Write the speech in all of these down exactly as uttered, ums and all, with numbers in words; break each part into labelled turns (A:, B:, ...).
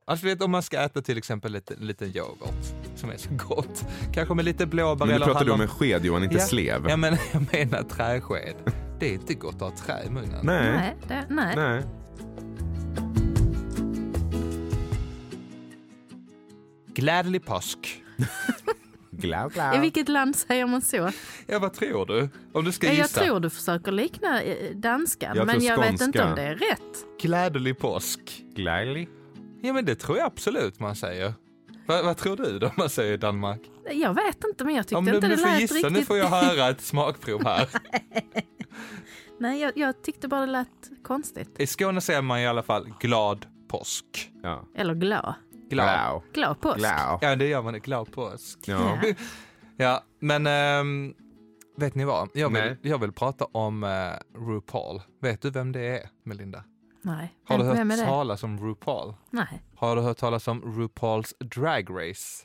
A: Alltså vet, om man ska äta till exempel lite, liten yoghurt som är så gott. Kanske med lite blåbär.
B: Men nu
A: eller
B: pratar
A: hallon.
B: du om en sked, Johan, inte
A: ja.
B: slev.
A: Ja, men jag menar träsked. Det är inte gott att ha trä i munnen.
B: Nej.
C: Nej, det, nej.
B: Nej.
A: Glädjelig påsk.
B: Glau, glau.
C: I vilket land säger man så?
A: Ja, vad tror du? Om du ska
C: Ja, jag
A: gissa.
C: tror du försöker likna eh, danskan,
B: Jag
C: men
B: tror
C: jag vet
B: skånska.
C: inte om det är rätt.
A: Glädjelig påsk.
B: Glädjelig.
A: Ja, men det tror jag absolut man säger. Va, vad tror du då man säger i Danmark?
C: Jag vet inte, men jag tyckte
A: Om du,
C: inte
A: du
C: det
A: får
C: lät
A: gissa,
C: riktigt...
A: nu får jag höra ett smakprov här.
C: Nej, jag, jag tyckte bara det lät konstigt.
A: I Skåne säger man i alla fall glad påsk.
B: Ja.
C: Eller glad.
A: Glad.
B: Glau.
C: Glad påsk.
B: Glau.
A: Ja, det gör man. Glad påsk.
B: Ja.
C: Ja.
A: Ja, men ähm, vet ni vad? Jag vill,
B: Nej.
A: jag vill prata om äh, RuPaul. Vet du vem det är, Melinda?
C: Nej.
A: Har du
C: Vem,
A: hört
C: vem är det?
A: talas om RuPaul?
C: Nej.
A: Har du hört talas om RuPaul's Drag Race?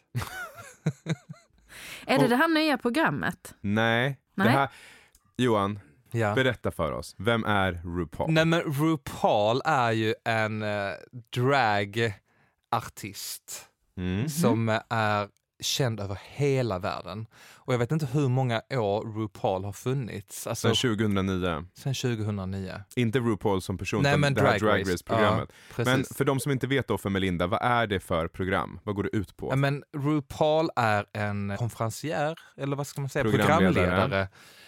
C: Är det det här nya programmet?
B: Nej.
C: Nej.
B: Det här... Johan,
A: Ja.
B: berätta för oss. Vem är RuPaul?
A: Nej, men RuPaul är ju en äh, dragartist
B: Mm.
A: som äh, är känd över hela världen. Och jag vet inte hur många år RuPaul har funnits. Alltså,
B: Sen tjugohundranio.
A: sen tjugohundranio.
B: Inte RuPaul som person,
A: Nej,
B: utan
A: men
B: det här
A: Drag
B: Drag
A: Race.
B: Race-programmet.
A: Ja, precis.
B: Men för de som inte vet då, för Melinda, vad är det för program? Vad går det ut på?
A: Ja, men RuPaul är en konferencier, eller vad ska man säga,
B: Programledare.
A: programledare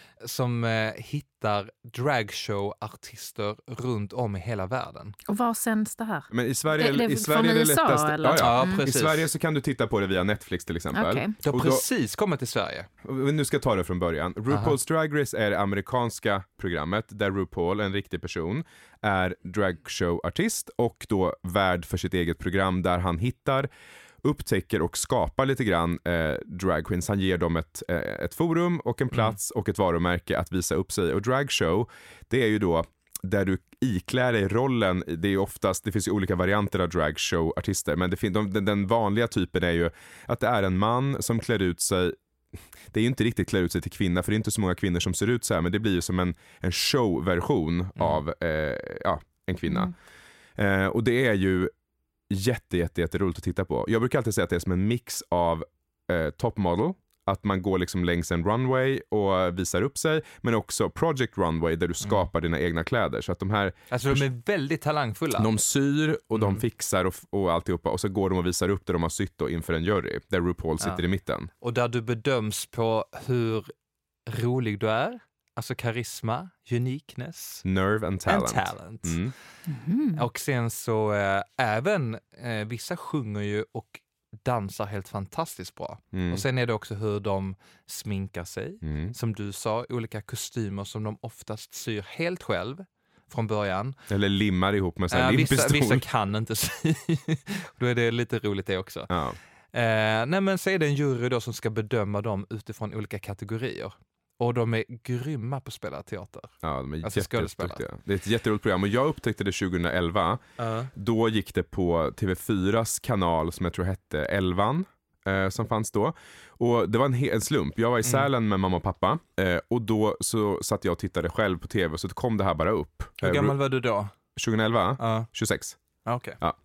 A: som eh, hittar dragshow-artister runt om i hela världen.
C: Och var sänds det här?
B: Men i Sverige,
C: Det- det är
B: i Sverige
C: från
B: är det
C: U S A,
B: lättast.
C: eller?
B: Ja, ja.
A: Ja,
C: Mm.
B: I
A: precis.
B: Sverige så kan du titta på det via Netflix till exempel.
C: Okej.
A: Det har
B: Och då-
A: precis kommit till Sverige.
B: Nu ska jag ta det från början. RuPaul's Drag Race är det amerikanska programmet där RuPaul, en riktig person, är dragshow-artist och då värd för sitt eget program där han hittar, upptäcker och skapar lite grann eh, drag queens. Han ger dem ett, eh, ett forum och en plats och ett varumärke att visa upp sig. Och dragshow, det är ju då där du iklär dig rollen. Det är ju oftast, det finns ju olika varianter av dragshow-artister, men det fin- de, den, den vanliga typen är ju att det är en man som klär ut sig. Det är ju inte riktigt klär ut sig till kvinna, för det är inte så många kvinnor som ser ut så här, men det blir ju som en, en showversion mm. av eh, ja, en kvinna. Mm. Eh, och det är ju jätte, jätte, jätte roligt att titta på. Jag brukar alltid säga att det är som en mix av eh, Top Model, att man går liksom längs en runway och visar upp sig, men också Project Runway där du skapar mm. dina egna kläder. Så att de här...
A: Alltså de är väldigt talangfulla.
B: De syr och
A: Mm.
B: de fixar och, och alltihopa, och så går de och visar upp det de har sytt då inför en jury, där RuPaul sitter
A: Ja.
B: i mitten.
A: Och där du bedöms på hur rolig du är. Alltså karisma, uniqueness
B: Nerve and talent.
A: and talent.
B: Mm.
C: Mm.
A: Och sen så äh, även äh, vissa sjunger ju och dansar helt fantastiskt bra.
B: Mm.
A: Och sen är det också hur de sminkar sig.
B: Mm.
A: Som du sa, olika kostymer som de oftast syr helt själv från början.
B: Eller limmar ihop med en
A: Äh, vissa,
B: limpistol.
A: vissa kan inte sy. Då är det lite roligt det också.
B: Ja.
A: Eh, nej men så är det en jury då som ska bedöma dem utifrån olika kategorier. Och de är grymma på att spela teater.
B: Ja, de är
A: Alltså skådespelare.
B: jätteduktiga. Det är ett jätteroligt program och jag upptäckte det tjugoelva.
A: Uh.
B: Då gick det på T V fyras kanal som jag tror hette Elvan. Eh, som fanns då. Och det var en, he- en slump. Jag var i Sälen mm. med mamma och pappa. Eh, och då så satt jag och tittade själv på tv, så kom det här bara upp.
A: Hur
B: Eh,
A: gammal var du då?
B: tjugoelva?
A: Uh.
B: tjugosex.
A: Okay.
B: Ja.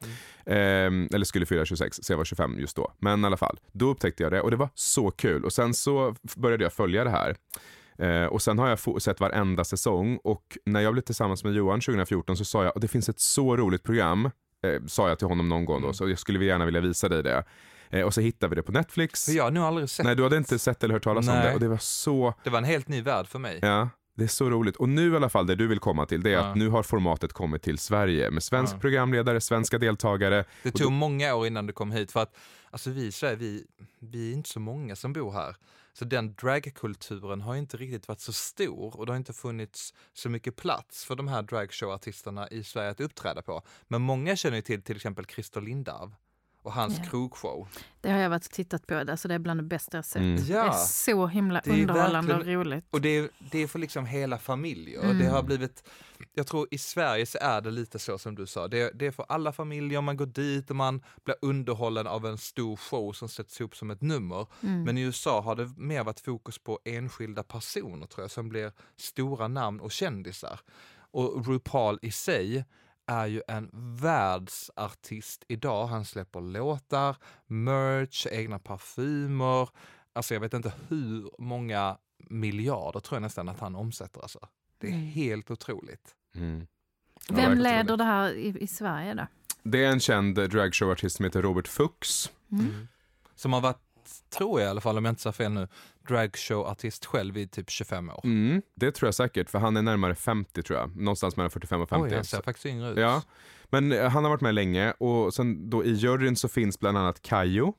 B: Mm. Eh, eller skulle fylla tjugosex, så jag var tjugofem just då. Men i alla fall, då upptäckte jag det och det var så kul. Och sen så började jag följa det här. Eh, och sen har jag få- sett varenda säsong. Och när jag blev tillsammans med Johan tjugohundrafjorton så sa jag, och det finns ett så roligt program, eh, sa jag till honom någon gång då, så jag skulle gärna vilja visa dig det. Eh, och så hittade vi det på Netflix.
A: För jag har nog aldrig sett.
B: Nej, du hade inte sett eller hört talas
A: Nej.
B: om det. Och det var så...
A: Det var en helt ny värld för mig.
B: Ja, det är så roligt. Och nu i alla fall, det du vill komma till, det är
A: Ja.
B: att nu har formatet kommit till Sverige med svensk
A: Ja.
B: programledare, svenska deltagare.
A: Det tog många år innan det kom hit, för att alltså vi i Sverige, vi, vi är inte så många som bor här. Så den dragkulturen har inte riktigt varit så stor och det har inte funnits så mycket plats för de här dragshowartisterna i Sverige att uppträda på. Men många känner ju till till exempel Christer Lindarw och hans
C: Ja.
A: krogshow.
C: Det har jag varit och tittat på. Alltså det är bland det bästa jag sett.
B: Mm.
C: Det är
A: Ja.
C: så himla
A: Det är
C: underhållande
A: verkligen-
C: och roligt.
A: Och det är, det är för liksom hela familjer.
C: Mm.
A: Det har blivit, jag tror i Sverige så är det lite så som du sa. Det, det är för alla familjer, man går dit och man blir underhållen av en stor show som sätts ihop som ett nummer.
C: Mm.
A: Men i U S A har det mer varit fokus på enskilda personer tror jag, som blir stora namn och kändisar. Och RuPaul i sig är ju en världsartist idag. Han släpper låtar, merch, egna parfymer. Alltså jag vet inte hur många miljarder tror jag nästan att han omsätter. Alltså. Det är
C: Mm.
A: helt otroligt.
B: Mm. Ja,
C: Vem
B: verkligen
C: leder
B: otroligt.
C: det här i, i Sverige då?
B: Det är en känd dragshowartist som heter Robert Fuchs.
C: Mm.
A: Som har varit, tror jag i alla fall om jag inte sa fel nu, dragshowartist själv i typ tjugofem år.
B: Mm, det tror jag säkert, för han är närmare femtio tror jag. Någonstans mellan fyrtiofem och femtio.
A: Oj, han ser faktiskt yngre ut.
B: Ja, men eh, han har varit med länge och sen då i juryn så finns bland annat Kajo,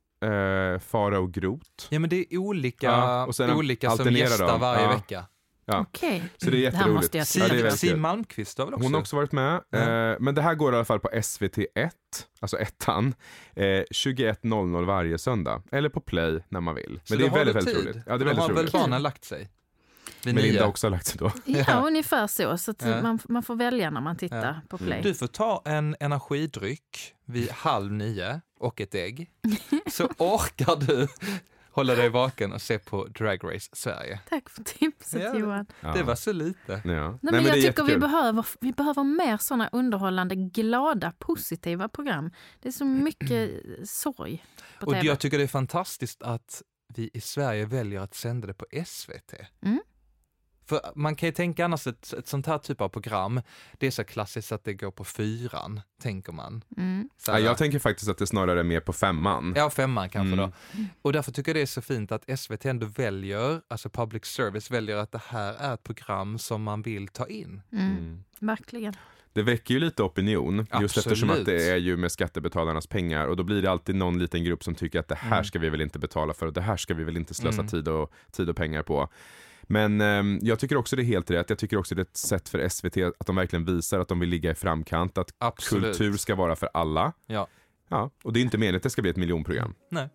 B: eh, Farao Groth.
A: Ja, men det är olika,
B: Ja, och sen
A: olika som
B: alternerar
A: gästar
B: de.
A: varje
B: Ja.
A: vecka.
B: Ja.
C: Okej.
B: Så det är
C: Det här måste
B: jätteroligt.
C: jag
A: Siw
B: Ja, det är
C: titta
B: väldigt
A: Siw
B: kul.
A: Malmkvist har väl också?
B: Hon har också varit med,
A: Ja.
B: eh, men det här går i alla fall på S V T ett, alltså ettan, eh, tjugoett noll noll varje söndag. Eller på Play när man vill.
A: Så
B: Men det är
A: då har
B: väldigt,
A: du
B: väldigt
A: tid.
B: roligt. Ja, det är
A: Då
B: väldigt
A: har väl
B: roligt.
A: barnen lagt sig? Vid
B: Melinda
A: nio.
B: har också lagt sig då.
C: Ja, ungefär så. Så att
A: Ja.
C: man, man får välja när man tittar
A: Ja.
C: på Play.
A: Du får ta en energidryck vid halv nio och ett ägg. Så orkar du hålla dig vaken och se på Drag Race Sverige.
C: Tack för tipset
A: Ja.
C: Johan.
B: Ja.
A: Det var så lite.
B: Ja.
C: Nej, men jag
B: det är
C: tycker vi
B: jättekul.
C: behöver, vi behöver mer såna underhållande, glada, positiva program. Det är så mycket sorg på
A: Och
C: T V.
A: jag tycker det är fantastiskt att vi i Sverige väljer att sända det på S V T.
C: Mm.
A: För man kan ju tänka annars ett, ett sånt här typ av program, det är så klassiskt att det går på fyran, tänker man.
C: Mm.
A: Så
B: Ja,
A: här-
B: jag tänker faktiskt att det snarare är mer på femman.
A: Ja, femman kanske
B: Mm.
A: då. Och därför tycker jag det är så fint att S V T ändå väljer, alltså public service väljer att det här är ett program som man vill ta in.
C: Mm.
B: Mm.
C: Verkligen.
B: Det väcker ju lite opinion, just
A: Absolut.
B: eftersom att det är ju med skattebetalarnas pengar och då blir det alltid någon liten grupp som tycker att det här
A: Mm.
B: ska vi väl inte betala för och det här ska vi väl inte slösa
A: Mm.
B: tid, och, tid och pengar på. Men ehm, jag tycker också det är helt rätt. Jag tycker också det är ett sätt för S V T att de verkligen visar att de vill ligga i framkant, att
A: Absolut.
B: kultur ska vara för alla.
A: Ja.
B: Ja, och det är inte meningen att det ska bli ett miljonprogram.
A: Nej.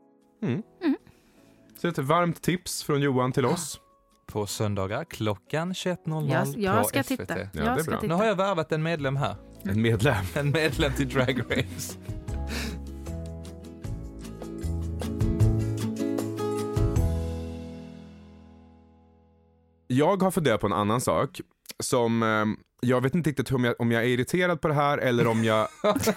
B: Mm.
C: Mm.
B: Så ett varmt tips från Johan till oss.
A: På söndagar klockan tjugoett noll noll
C: Jag, jag
A: på
C: ska
A: S V T.
C: titta.
B: Ja, det är
C: jag ska
B: bra.
C: titta.
A: Nu har jag värvat en medlem här.
B: En medlem.
A: En medlem till Drag Race.
B: Jag har funderat på en annan sak som ehm, jag vet inte riktigt om jag, om jag är irriterad på det här eller om jag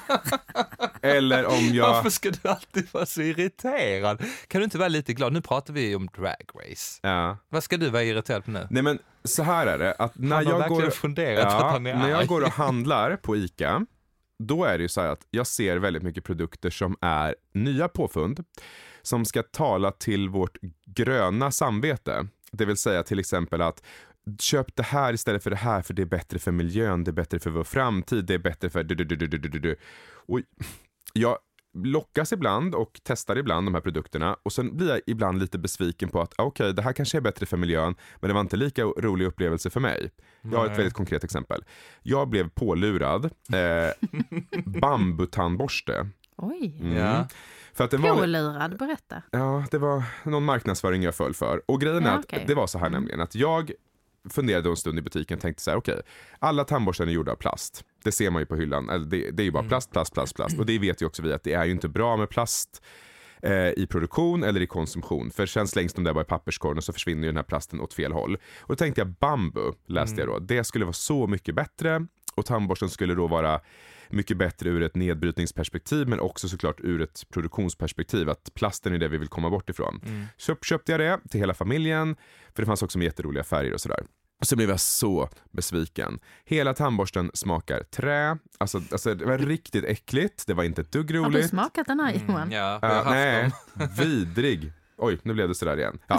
B: eller om jag
A: Varför ska du alltid vara så irriterad? Kan du inte vara lite glad? Nu pratar vi om Drag Race.
B: ja.
A: Vad ska du vara irriterad på nu?
B: Nej, men så här är det att när
A: Han har
B: jag
A: verkligen
B: går
A: funderat att
B: ja,
A: han är
B: när jag
A: arg.
B: går och handlar på ICA, då är det ju så här att jag ser väldigt mycket produkter som är nya påfund som ska tala till vårt gröna samvete. Det vill säga till exempel att köp det här istället för det här för det är bättre för miljön, det är bättre för vår framtid, det är bättre för du, du, du, du, du, du, du. Och jag lockas ibland och testar ibland de här produkterna och sen blir jag ibland lite besviken på att okej, okay, det här kanske är bättre för miljön men det var inte lika rolig upplevelse för mig. Jag har ett
A: Nej.
B: väldigt konkret exempel. Jag blev pålurad eh, bambutandborste.
C: Oj.
B: Mm.
A: Ja.
B: För att den var,
C: Pålurad, berätta.
B: ja, det var någon marknadsföring jag föll för. Och grejen är
C: Ja,
B: att
C: okej.
B: det var så här
C: Mm.
B: nämligen att jag funderade en stund i butiken och tänkte så här, okej, okay, alla tandborstar är gjorda av plast. Det ser man ju på hyllan. Eller det, det är ju bara
A: Mm.
B: plast, plast, plast, plast. Och det vet ju också vi att det är ju inte bra med plast eh, i produktion eller i konsumtion. För sen slängs de där bara i papperskorgen och så försvinner ju den här plasten åt fel håll. Och då tänkte jag bambu, läste
A: Mm.
B: jag då. Det skulle vara så mycket bättre och tandborsten skulle då vara mycket bättre ur ett nedbrytningsperspektiv men också såklart ur ett produktionsperspektiv, att plasten är det vi vill komma bort ifrån.
A: Mm.
B: Så köpte jag det till hela familjen för det fanns också med jätteroliga färger och sådär. Och så blev jag så besviken. Hela tandborsten smakar trä. Alltså, alltså det var riktigt äckligt. Det var inte ett dugg
C: Har du
B: roligt.
C: smakat den här Johan?
A: Mm, ja, vi har
B: Uh,
A: haft
B: nej,
A: dem.
B: vidrig. Oj, nu blev det sådär igen. Ja.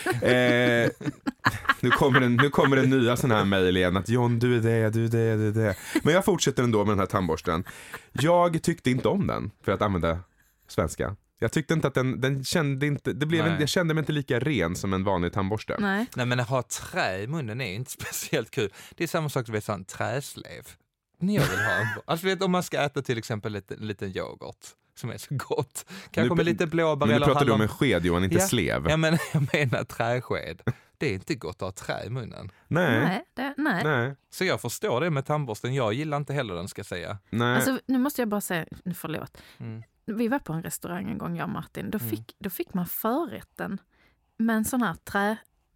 B: Eh, nu, kommer den, nu kommer det nya sån här mejl igen att John, du är det, du är det, du är det. Men jag fortsätter ändå med den här tandborsten. Jag tyckte inte om den, för att använda svenska. Jag tyckte inte att den, den kände inte, det blev en,
A: Nej.
B: jag kände mig inte lika ren som en vanlig tandborste.
C: Nej.
A: Nej, men att ha trä i munnen är inte speciellt kul. Det är samma sak som en träslev. Ni jag vill ha en. Alltså vet, om man ska äta till exempel lite, en liten yoghurt som är så gott. Kanske
B: Nu-
A: med lite blåbär
B: Men nu
A: eller
B: pratar du om
A: hallon.
B: en sked, Johan, inte
A: Ja.
B: slev.
A: Ja, men jag menar träsked. Det är inte gott att ha trä i munnen.
B: Nej, nej,
C: Nej, det, nej.
B: nej.
A: Så jag förstår det med tandborsten. Jag gillar inte heller den, ska jag säga.
C: Alltså, nu måste jag bara säga, förlåt.
A: Mm.
C: Vi var på en restaurang en gång, jag och Martin. Då
A: Mm.
C: fick, då fick man förrätten med en sån här trä,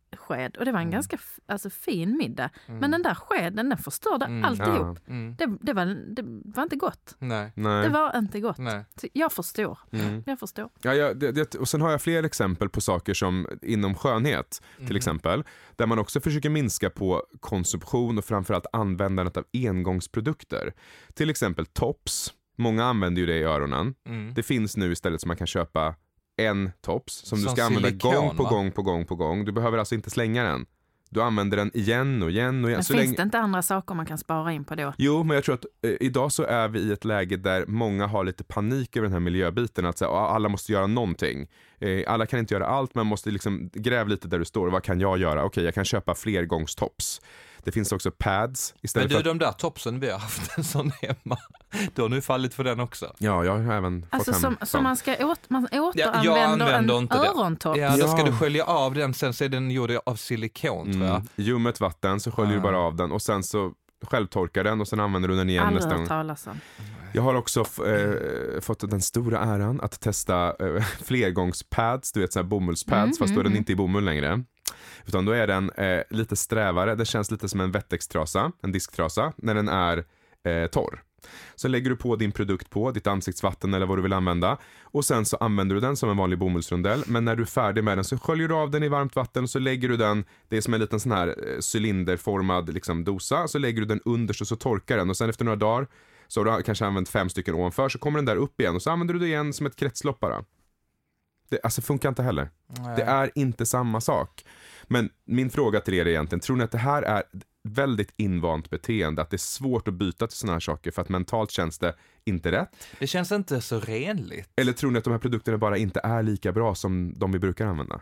C: sked och det var en
A: Mm.
C: ganska f- alltså, fin middag.
A: Mm.
C: Men den där skeden, den förstörde
A: Mm.
C: alltihop.
A: Mm.
C: Det, det, var, det var inte gott.
A: Nej.
B: Nej.
C: Det var inte gott.
A: Nej.
C: Så jag förstår.
B: Mm.
C: Jag förstår.
B: Ja, ja, det, det, och sen har jag fler exempel på saker som inom skönhet till
A: Mm.
B: exempel, där man också försöker minska på konsumtion och framförallt användandet av engångsprodukter. Till exempel tops. Många använder ju det i öronen.
A: Mm.
B: Det finns nu istället som man kan köpa en tops som,
A: Som
B: du ska använda
A: silikon,
B: gång på
A: va?
B: gång på gång på gång. Du behöver alltså inte slänga den. Du använder den igen och igen och igen.
C: Men
B: Så
C: finns
B: länge...
C: det inte andra saker man kan spara in på då?
B: Jo, men jag tror att eh, idag så är vi i ett läge där många har lite panik över den här miljöbiten. Att säga, "Ah, alla måste göra någonting. Eh, alla kan inte göra allt, men måste liksom gräva lite där du står. Vad kan jag göra? Okej, jag kan köpa flergångstops. Det finns också pads.
A: Men
B: Istället
A: du,
B: för att...
A: de där topsen, vi har haft en sån hemma. Du har nu fallit för den också.
B: Ja, jag har även
C: Alltså
B: fått hem
C: som, som man ska åt, man återanvänder
A: jag använder
C: en
A: inte det.
C: örontopp.
A: Ja, då ska
B: Ja.
A: du skölja av den, sen så är den gjord av silikon tror jag.
B: mm, ljummet vatten, så sköljer
A: Ah.
B: du bara av den och sen så självtorkar den och sen använder du den igen
C: Aldrig
B: nästa
C: hört
B: gång.
C: talas om.
B: Jag har också f- eh, fått den stora äran att testa eh, flergångspads, du vet så här bomullspads,
C: Mm,
B: fast då är den
C: mm,
B: inte i bomull längre. Utan då är den eh, lite strävare, det känns lite som en wettextrasa, en disktrasa, när den är eh, torr. Så lägger du på din produkt på, ditt ansiktsvatten eller vad du vill använda. Och sen så använder du den som en vanlig bomullsrondell. Men när du är färdig med den så sköljer du av den i varmt vatten och så lägger du den, det är som en liten sån här eh, cylinderformad liksom, dosa. Så lägger du den underst och så torkar den. Och sen efter några dagar så har du kanske använt fem stycken ovanför, så kommer den där upp igen. Och så använder du det igen som ett kretslopp bara. Det alltså funkar inte heller.
A: Nej.
B: Det är inte samma sak. Men min fråga till er är egentligen, tror ni att det här är väldigt invant beteende, att det är svårt att byta till såna här saker för att mentalt känns det inte rätt?
A: Det känns inte så renligt.
B: Eller tror ni att de här produkterna bara inte är lika bra som de vi brukar använda?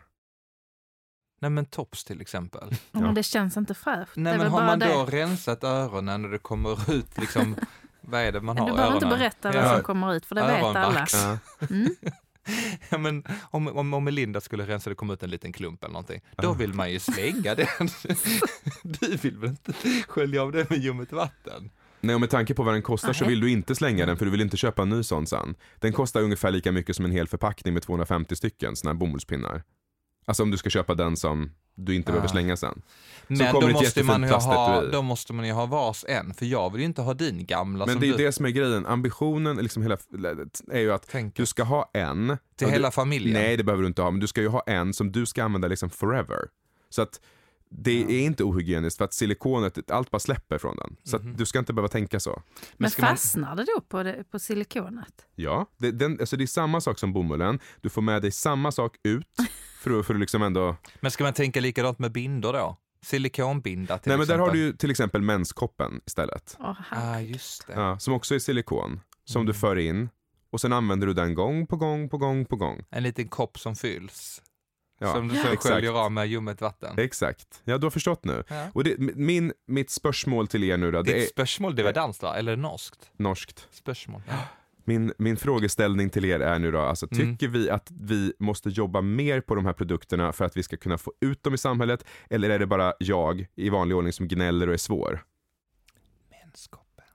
A: Nej men tops till exempel.
C: Ja.
B: Ja.
C: Men det känns inte fräscht.
A: Nej
C: det är
A: men
C: väl
A: har
C: bara
A: man
C: det.
A: då rensat öronen och det kommer ut liksom, vad är det man har
C: Du
A: i
C: behöver inte
A: öronen?
C: berätta vad
A: Ja.
C: som kommer ut, för det vet alla.
A: Öronvax.
B: Ja.
C: Mm.
A: Ja, men om, om, om Melinda skulle rensa det kom ut en liten klump eller någonting, då
B: Ja.
A: vill man ju slänga den. Du vill väl inte skölja av det med ljummet vatten?
B: Nej, och med tanke på vad den kostar så
C: Nej.
B: vill du inte slänga den, för du vill inte köpa en ny sån sen. Den kostar ungefär lika mycket som en hel förpackning med tvåhundrafemtio stycken såna här bomullspinnar. Alltså om du ska köpa den som du inte
A: Ah.
B: behöver slänga sen.
A: Men
B: kommer
A: då
B: ett
A: måste,
B: jättefint
A: man ju ha,
B: plastetui.
A: då måste man ju ha vars en, för jag vill ju inte ha din gamla
B: Men
A: som
B: det är ju
A: du
B: det som är grejen. Ambitionen liksom hela, är ju att
A: tänker.
B: du ska ha en.
A: Till
B: och
A: hela
B: du,
A: familjen?
B: Nej, det behöver du inte ha. Men du ska ju ha en som du ska använda liksom forever. Så att det
A: Ja.
B: är inte ohygieniskt, för att silikonet, allt bara släpper från den. Så
A: Mhm.
B: att du ska inte behöva tänka så.
C: Men
A: ska man-
C: fastnar det då på, det, på silikonet?
B: Ja, det, den, alltså det är samma sak som bomullen. Du får med dig samma sak ut för att, för att liksom ändå...
A: Men ska man tänka likadant med bindor då? Silikonbinda till
B: Nej, men
A: exempel.
B: där har du ju till exempel menskoppen istället.
C: Åh,
A: Ah, just det.
B: Ja, som också är silikon. Som
A: Mm.
B: du för in. Och sen använder du den gång på gång på gång på gång.
A: En liten kopp som fylls.
B: Ja,
A: som du så
B: exakt.
A: sköljer av med ljummet vatten.
B: Exakt. Ja, du har förstått nu.
A: Ja.
B: Och det, min, mitt spörsmål till er nu då, det
A: Ditt
B: är
A: spörsmål, det var danskt va? Eller norskt?
B: norskt.
A: Spörsmål.
B: Min, min frågeställning till er är nu då, alltså,
A: Mm.
B: tycker vi att vi måste jobba mer på de här produkterna för att vi ska kunna få ut dem i samhället? Eller är det bara jag i vanlig ordning som gnäller och är svår?
A: Menskoppen.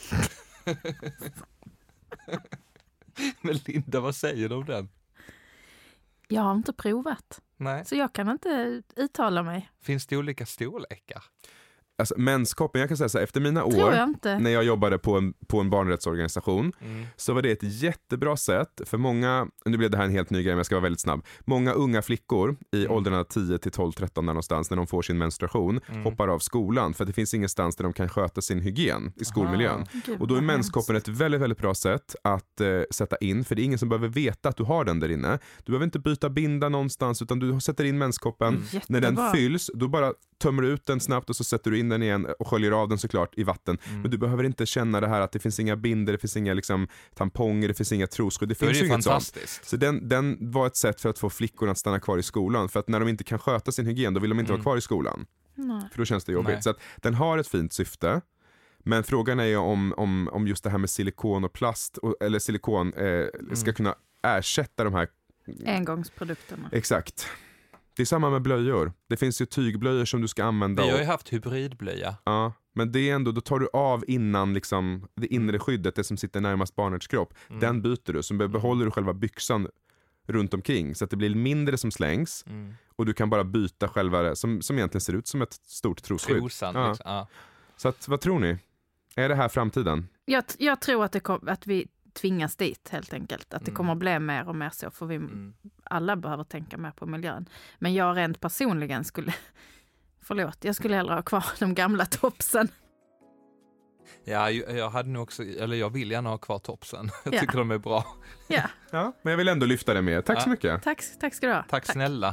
A: Men Linda, vad säger du om den?
C: Jag har inte provat,
A: Nej.
C: så jag kan inte uttala mig.
A: Finns det olika storlekar?
B: Alltså menskoppen, jag kan säga så här, efter mina
C: Tror
B: år
C: jag inte.
B: när jag jobbade på en, på en barnrättsorganisation
A: Mm.
B: så var det ett jättebra sätt för många, nu blev det här en helt ny grej men jag ska vara väldigt snabb, många unga flickor i
A: Mm.
B: åldrarna tio till tolv tretton där någonstans när de får sin menstruation
A: Mm.
B: hoppar av skolan för att det finns ingenstans där de kan sköta sin hygien i skolmiljön.
C: Gud,
B: Och då är
C: vad
B: menskoppen
C: hemskt.
B: ett väldigt, väldigt bra sätt att eh, sätta in, för det är ingen som behöver veta att du har den där inne. Du behöver inte byta binda någonstans utan du sätter in menskoppen.
A: Mm.
B: När den
C: Jättebra.
B: fylls, då bara tömmer du ut den snabbt och så sätter du in den igen och sköljer av den såklart i vatten.
A: Mm.
B: Men du behöver inte känna det här att det finns inga binder, det finns inga liksom, tamponger, det finns inga trosskydd. Det
A: Då är
B: finns
A: det
B: ju
A: ju
B: inget sånt.
A: fantastiskt.
B: Så den, den var ett sätt för att få flickorna att stanna kvar i skolan. För att när de inte kan sköta sin hygien, då vill de inte
A: Mm.
B: vara kvar i skolan.
C: Nej.
B: För då känns det jobbigt.
A: Nej.
B: Så att den har ett fint syfte. Men frågan är ju om, om, om just det här med silikon och plast, och, eller silikon, eh, ska
A: Mm.
B: kunna ersätta de här.
C: Engångsprodukterna.
B: Exakt. Det är samma med blöjor. Det finns ju tygblöjor som du ska använda.
A: Vi har
B: och-
A: ju haft hybridblöja.
B: Ja, men det är ändå, då tar du av innan liksom, det inre skyddet, det som sitter närmast barnets kropp.
A: Mm.
B: Den byter du, så behåller du själva byxan runt omkring så att det blir mindre som slängs
A: Mm.
B: och du kan bara byta själva det som, som egentligen ser ut som ett stort trosskydd.
A: Trosan,
B: Ja.
A: liksom. Ja.
B: Så att, vad tror ni? Är det här framtiden?
C: Jag, jag tror att, det kom, att vi tvingas dit helt enkelt. Att det
A: Mm.
C: kommer att bli mer och mer så. För vi
A: Mm.
C: alla behöver tänka mer på miljön. Men jag rent personligen skulle... Förlåt, jag skulle hellre ha kvar de gamla topsen.
A: Ja, jag hade nog också, eller jag vill gärna ha kvar topsen. Jag
C: Ja.
A: tycker de är bra.
C: Ja,
B: Ja, men jag vill ändå lyfta det med. Tack
A: Ja.
B: så mycket.
C: tack, tack ska du ha.
A: Tack, snälla.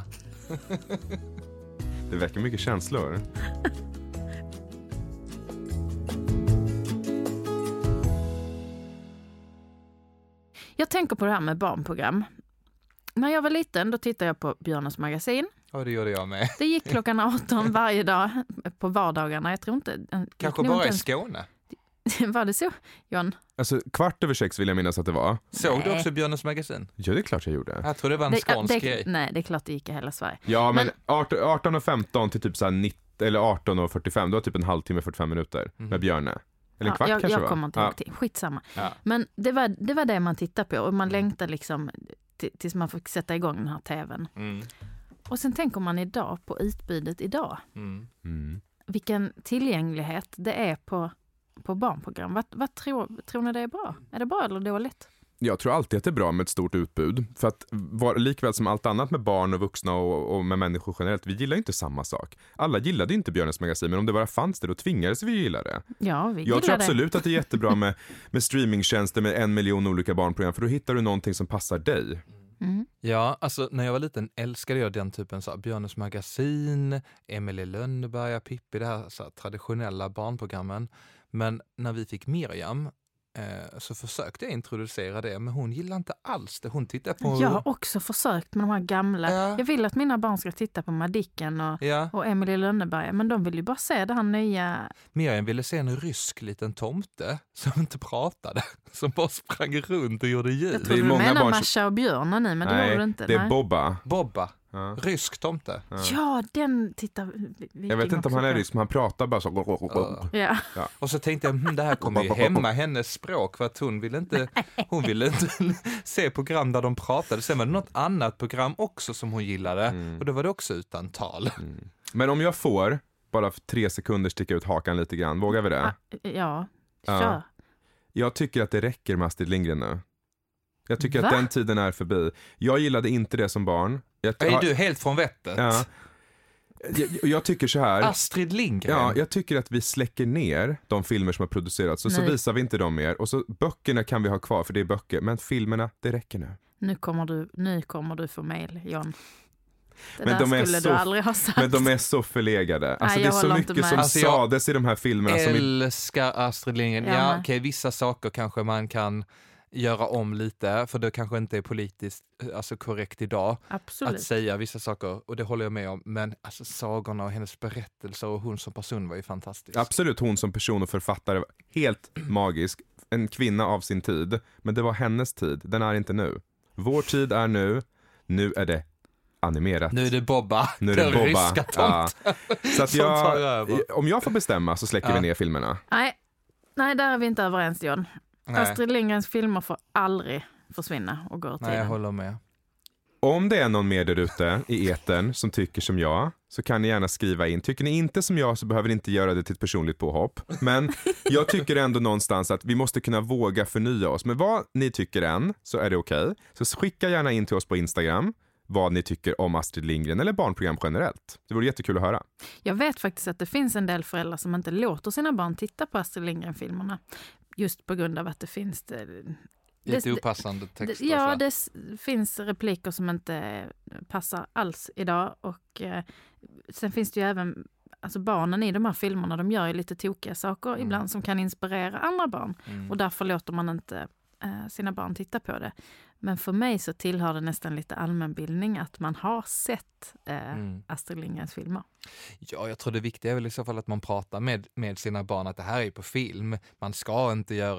B: Det väcker mycket känslor.
C: Jag tänker på det här med barnprogram. När jag var liten då tittade jag på Björnes magasin.
A: Ja, det gjorde jag med.
C: Det gick klockan arton varje dag på vardagarna. Jag tror inte...
A: Kanske
C: nog
A: bara
C: inte
A: i Skåne.
C: ens- Var det så, John?
B: Alltså kvart över sex vill jag minnas att det var.
A: Såg du
C: Nej.
A: också Björnes magasin?
B: Ja, det är klart jag gjorde.
A: Jag tror det var en
C: Det,
A: skånsk
C: det,
A: grej.
C: nej, det är klart det gick i hela Sverige.
B: Ja, men,
C: Men-
B: arton arton och femton till typ så här nittio eller arton och fyrtiofem, det var typ en halvtimme, fyrtiofem minuter
A: Mhm.
B: med Björne. Eller en
C: Ja,
B: kvart
C: jag,
B: kanske
C: jag
B: va?
C: kommer inte
B: Ja.
C: ihåg till. Skitsamma.
A: Ja.
C: Men det var, det var det man tittade på och man
A: Mm.
C: längtade liksom t- tills man fick sätta igång den här tvn.
A: Mm.
C: Och sen tänker man idag på utbudet idag.
A: Mm.
B: Mm.
C: Vilken tillgänglighet det är på, på barnprogram. Vad, vad tror, tror ni det är bra? Är det bra eller dåligt?
B: Jag tror alltid att det är bra med ett stort utbud. För att var, likväl som allt annat med barn och vuxna och, och med människor generellt, vi gillar inte samma sak. Alla gillade inte Björnes magasin, men om det bara fanns det, då tvingades vi gilla det.
C: Ja, vi
B: Jag
C: gillar
B: tror
C: det.
B: absolut att det är jättebra med, med streamingtjänster med en miljon olika barnprogram, för då hittar du någonting som passar dig.
C: Mm.
A: Ja, alltså när jag var liten älskade jag den typen så här, Björnes magasin, Emil i Lönneberga, Pippi, det här, så här traditionella barnprogrammen. Men när vi fick Miriam eh, så försökte jag introducera det, men hon gillade inte alls det. Hon tittade på...
C: Jag har också försökt med de här gamla.
A: Ja.
C: Jag vill att mina barn ska titta på Madicken och,
A: Ja,
C: och Emil i Lönneberga, men de vill ju bara se det här nya.
A: Miriam ville se en rysk liten tomte som inte pratade, som bara sprang runt och gjorde
C: Jag
A: ljud.
B: Det är
C: tror du
B: många
C: menar
B: barn som-
C: Masha och Björnen nu, men det gjorde du inte.
B: det är
C: Nej.
B: Bobba.
A: Bobba,
B: Ja.
A: rysk tomte.
B: Ja.
C: Ja, den tittar
B: Jag vet inte om han är rysk, men han pratar bara så.
A: Ja.
C: Ja.
A: Och så tänkte jag, hm, det här kommer ju hämma hennes språk, för att hon ville inte, hon ville inte se program där de pratade. Sen var det något annat program också som hon gillade,
B: Mm.
A: och då var det också utan tal.
B: Mm. Men om jag får bara för tre sekunder sticka ut hakan lite grann, vågar vi det?
C: Ah, ja,
B: Ja.
C: kör.
B: Jag tycker att det räcker med Astrid Lindgren nu. Jag tycker
C: Va?
B: att den tiden är förbi. Jag gillade inte det som barn. Jag,
A: Är du helt från vettet?
B: Ja. Jag, jag tycker så här.
A: Astrid Lindgren?
B: Ja, jag tycker att vi släcker ner de filmer som har producerats och så
C: Nej.
B: visar vi inte dem mer. Och så böckerna kan vi ha kvar för det är böcker. Men filmerna, det räcker nu.
C: Nu kommer du, nu kommer du få mejl, John. Det
B: Men
C: där
B: de är
C: skulle
B: så-
C: du aldrig ha sagt.
B: Men de är så förlegade. Alltså
C: Nej,
B: det är
C: jag
B: så
C: håller inte
B: mycket
C: med.
B: som
A: Alltså, jag
B: sades i de här filmerna. Som i,
A: Älskar Astrid Lindgren.
C: Jag
A: Ja,
C: med.
A: okej, vissa saker kanske man kan göra om lite, för det kanske inte är politiskt alltså, korrekt idag
C: Absolut.
A: att säga vissa saker, och det håller jag med om. Men alltså, sagorna och hennes berättelser och hon som person var ju fantastisk.
B: absolut, hon som person och författare var helt magisk. En kvinna av sin tid. Men det var hennes tid. Den är inte nu. Vår tid är nu. Nu är det animerat.
A: Nu är det Bobba,
B: Nu är det
A: den
B: Bobba.
A: ryska tomten.
B: Ja. Så att
A: som tar
B: jag,
A: över.
B: om jag får bestämma så släcker
A: Ja.
B: vi ner filmerna.
C: Nej, nej, där är vi inte överens, John.
A: Nej.
C: Astrid Lindgrens filmer får aldrig försvinna och gå ur
A: Nej, jag
C: tiden.
A: håller med.
B: Om det är någon mer där ute i etern som tycker som jag, så kan ni gärna skriva in. Tycker ni inte som jag så behöver ni inte göra det till ett personligt påhopp. Men jag tycker ändå någonstans att vi måste kunna våga förnya oss. Men vad ni tycker än så är det okej. Så skicka gärna in till oss på Instagram vad ni tycker om Astrid Lindgren eller barnprogram generellt. Det vore jättekul att höra.
C: Jag vet faktiskt att det finns en del föräldrar som inte låter sina barn titta på Astrid Lindgren-filmerna. Just på grund av att det finns... Det,
A: Lite
C: det-
A: opassande
C: det,
A: texter.
C: ja,
A: så.
C: det s- finns repliker som inte passar alls idag. Och eh, sen finns det ju även... Alltså barnen i de här filmerna, de gör ju lite tokiga saker
A: Mm.
C: ibland som kan inspirera andra barn.
A: Mm.
C: Och därför låter man inte eh, sina barn titta på det. Men för mig så tillhör det nästan lite allmänbildning att man har sett eh,
A: Mm.
C: Astrid Lindgrens filmer.
A: Ja, jag tror det viktiga är väl i så fall att man pratar med, med sina barn att det här är på film. Man ska inte göra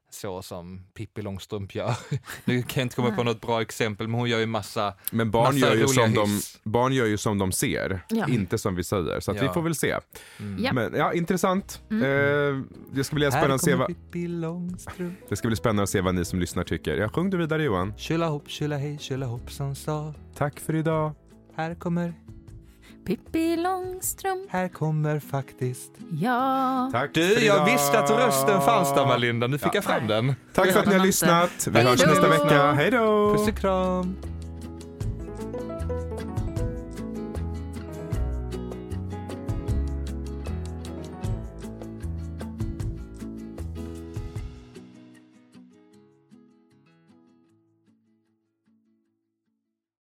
A: så som Pippi Långstrump gör. Nu kan jag inte komma på något bra exempel, men hon gör ju massa
B: Men barn,
A: massa
B: gör ju, som de,
A: hyss.
B: barn gör ju som de ser,
C: Ja.
B: inte som vi säger. Så att
A: Ja.
B: vi får väl se.
A: Mm.
C: Ja.
B: Men ja, intressant.
C: Mm.
B: Eh, det ska bli
A: Här
B: spännande att se
A: kommer
B: vad,
A: Pippi Långstrump.
B: det ska bli spännande att se vad ni som lyssnar tycker. Jag sjung du vidare Johan.
A: Tjolahopp, tjolahej, tjolahoppsan sa.
B: Tack för idag.
A: Här kommer,
C: Pippi Långstrump,
A: här kommer faktiskt.
C: ja.
B: Tack
A: Du,
B: för
A: jag
B: idag.
A: visste att rösten fanns där, Malinda. Nu fick
B: Ja.
A: jag fram den.
B: Tack för att ni har
C: Inte.
B: lyssnat. Vi
C: Hej
B: hörs
C: då.
B: nästa vecka. Hej då!
A: Puss och kram.